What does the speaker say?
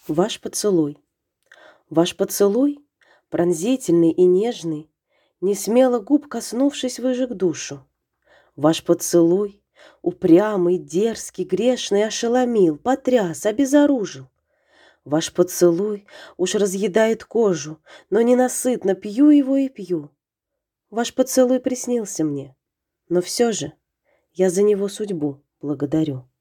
Ваш поцелуй. Ваш поцелуй, пронзительный и нежный, несмело губ коснувшись, выжег душу. Ваш поцелуй, упрямый, дерзкий, грешный, ошеломил, потряс, обезоружил. Ваш поцелуй уж разъедает кожу, но ненасытно пью его и пью. Ваш поцелуй приснился мне, но все же я за него судьбу благодарю.